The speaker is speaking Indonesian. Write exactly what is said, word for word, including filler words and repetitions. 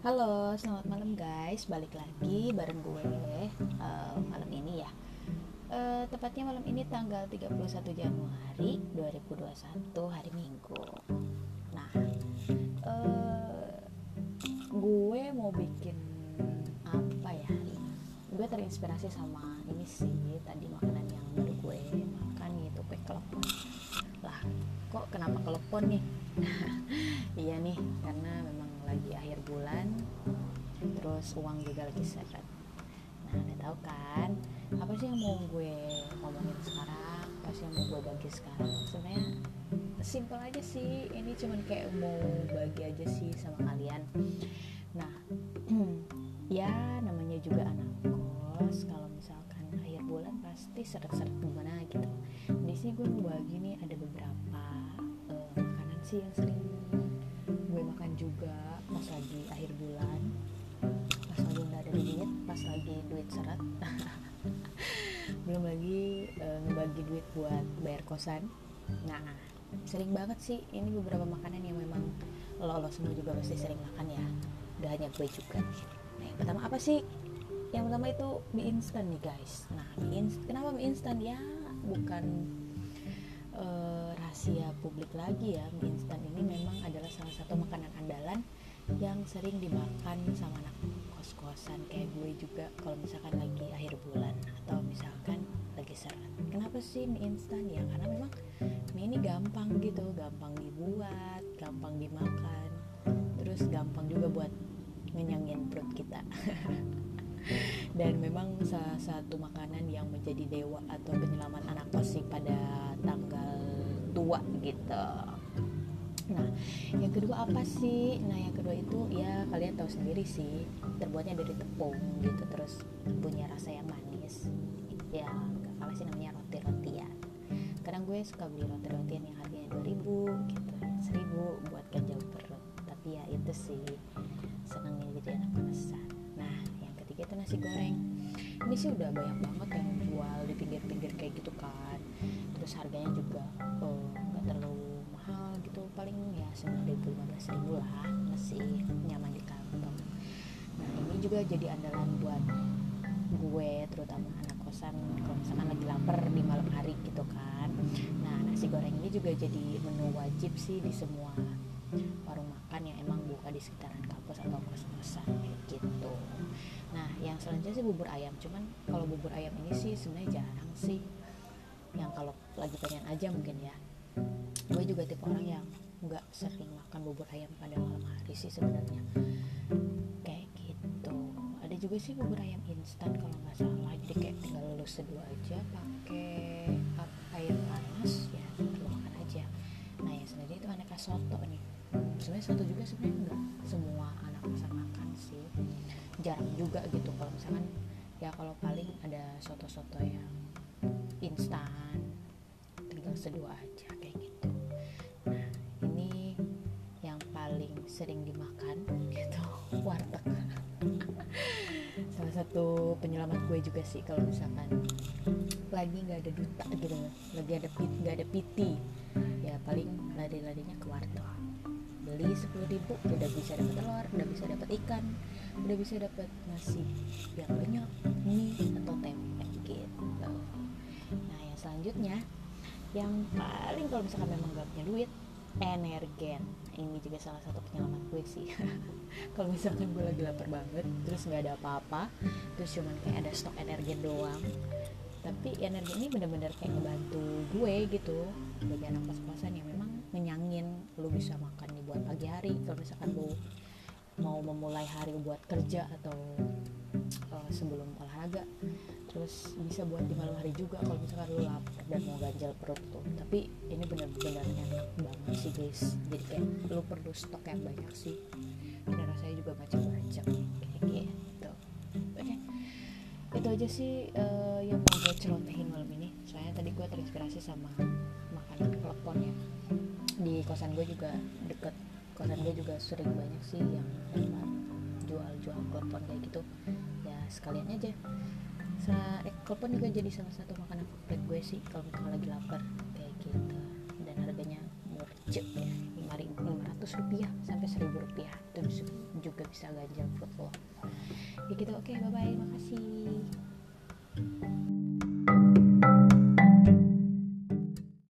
Halo, selamat malam guys. Balik lagi bareng gue uh, malam ini ya. Uh, tepatnya malam ini tanggal tiga puluh satu Januari dua ribu dua puluh satu, hari Minggu. Nah, uh, gue mau bikin apa ya hari ini? Gue terinspirasi sama ini sih, tadi makanan yang baru gue makan, yaitu kue kelepon. Lah, kok kenapa kelepon nih? Iya nih, karena memang lagi akhir bulan, terus uang juga lagi seret. Nah, udah tahu kan apa sih yang mau gue ngomongin sekarang, apa sih yang mau gue bagi sekarang? Sebenarnya simple aja sih, ini cuman kayak mau bagi aja sih sama kalian. Nah, ya namanya juga anak kos, kalau misalkan akhir bulan pasti seret-seret gimana gitu. Di sini gue mau bagi nih, ada beberapa uh, makanan sih yang sering gue makan juga pas lagi akhir bulan, pas lagi nggak ada duit, pas lagi duit seret. Belum lagi uh, ngebagi duit buat bayar kosan. Nah, sering banget sih ini beberapa makanan yang memang lo-lo semua juga pasti sering makan ya, gak hanya gue juga. Nah, yang pertama apa sih? Yang pertama itu mie instan nih guys. Nah, mie instan, kenapa mie instan? Ya bukan Uh, rahasia publik lagi ya, mie instan ini memang adalah salah satu makanan andalan yang sering dimakan sama anak kos-kosan kayak gue juga kalau misalkan lagi akhir bulan atau misalkan lagi seret. Kenapa sih mie instan? Ya karena memang mie ini gampang gitu, gampang dibuat, gampang dimakan, terus gampang juga buat ngenyangin perut kita. Dan memang salah satu makanan yang menjadi dewa atau penyelamat anak kos sih pada tanggal tua gitu. Nah, yang kedua apa sih? Nah, yang kedua itu ya kalian tahu sendiri sih, terbuatnya dari tepung gitu, terus punya rasa yang manis. Ya nggak kalah sih namanya roti-rotian. Kadang gue suka beli roti-rotian yang harganya dua ribu gitu, seribu buat ganjal perut. Tapi ya itu sih senangnya jadi anak kosan. Nah, yang ketiga itu nasi goreng. Ini sih udah banyak banget yang jual di pinggir-pinggir kayak gitu kan. Terus harganya juga oh, gak terlalu mahal gitu, paling ya sembilan ribu lima belas ribu lah, masih nyaman di kantong. Nah, ini juga jadi andalan buat gue, terutama anak kosan kalau misalkan lagi lapar di malam hari gitu kan. Nah, nasi goreng ini juga jadi menu wajib sih di semua warung makan yang emang buka di sekitaran kampus atau kos-kosan kayak gitu. Nah, yang selanjutnya sih bubur ayam. Cuman kalau bubur ayam ini sih sebenarnya jarang sih, yang kalau lagi pengen aja mungkin ya. Gue juga tipe orang yang nggak sering makan bubur ayam pada malam hari sih sebenarnya, kayak gitu. Ada juga sih bubur ayam instan kalau nggak salah, jadi kayak tinggal lu seduh aja pakai air panas ya, lu makan aja. Nah, yang selanjutnya itu aneka soto nih. Sebenarnya soto juga sebenarnya nggak semua anak bisa makan sih, jarang juga gitu. Kalau misalkan ya kalau paling ada soto-soto yang instan tinggal seduh aja kayak gitu. Nah, ini yang paling sering dimakan gitu, warteg. Salah satu penyelamat gue juga sih kalau misalkan lagi nggak ada duta gitu, lagi ada pit nggak ada piti, ya paling lari-larinya ke warteg. Beli sepuluh ribu udah bisa dapat telur, udah bisa dapat ikan, udah bisa dapat nasi yang banyak, mie atau tempe gitu. Nah, yang selanjutnya yang paling kalau misalkan memang gak punya duit, Energen. Ini juga salah satu penyelamat gue sih. Kalau misalkan gue lagi lapar banget, terus nggak ada apa-apa, terus cuman kayak ada stok Energen doang, tapi Energen ini benar-benar kayak ngebantu gue gitu bagi anak kos-kosan yang memang ngenyangin. Lu bisa makan nih buat pagi hari kalau misalkan lu mau memulai hari buat kerja atau uh, sebelum olahraga, terus bisa buat di malam hari juga kalau misalkan lu lapar dan mau ganjal perut tuh. Tapi ini benar-benar enak banget sih guys, jadi kayak lu perlu stok yang banyak sih, dan rasanya juga macam-macam kayak gitu. Oke, itu aja sih uh, yang mau gue celotehin malam ini. Soalnya tadi gue terinspirasi sama makanan kelepon ya. Di kosan gue juga deket kosan gue juga sering banyak sih yang tempat jual-jual kelepon kayak gitu. Ya sekalian aja. Sa- eh, kelepon juga jadi salah satu makanan favorit gue sih kalau misalkan lagi lapar kayak gitu. Dan harganya murah ya, lima ribu lima ratus ratus rupiah sampai seribu rupiah, itu juga bisa ganjal perut lo. Ya gitu, oke, bye bye, makasih.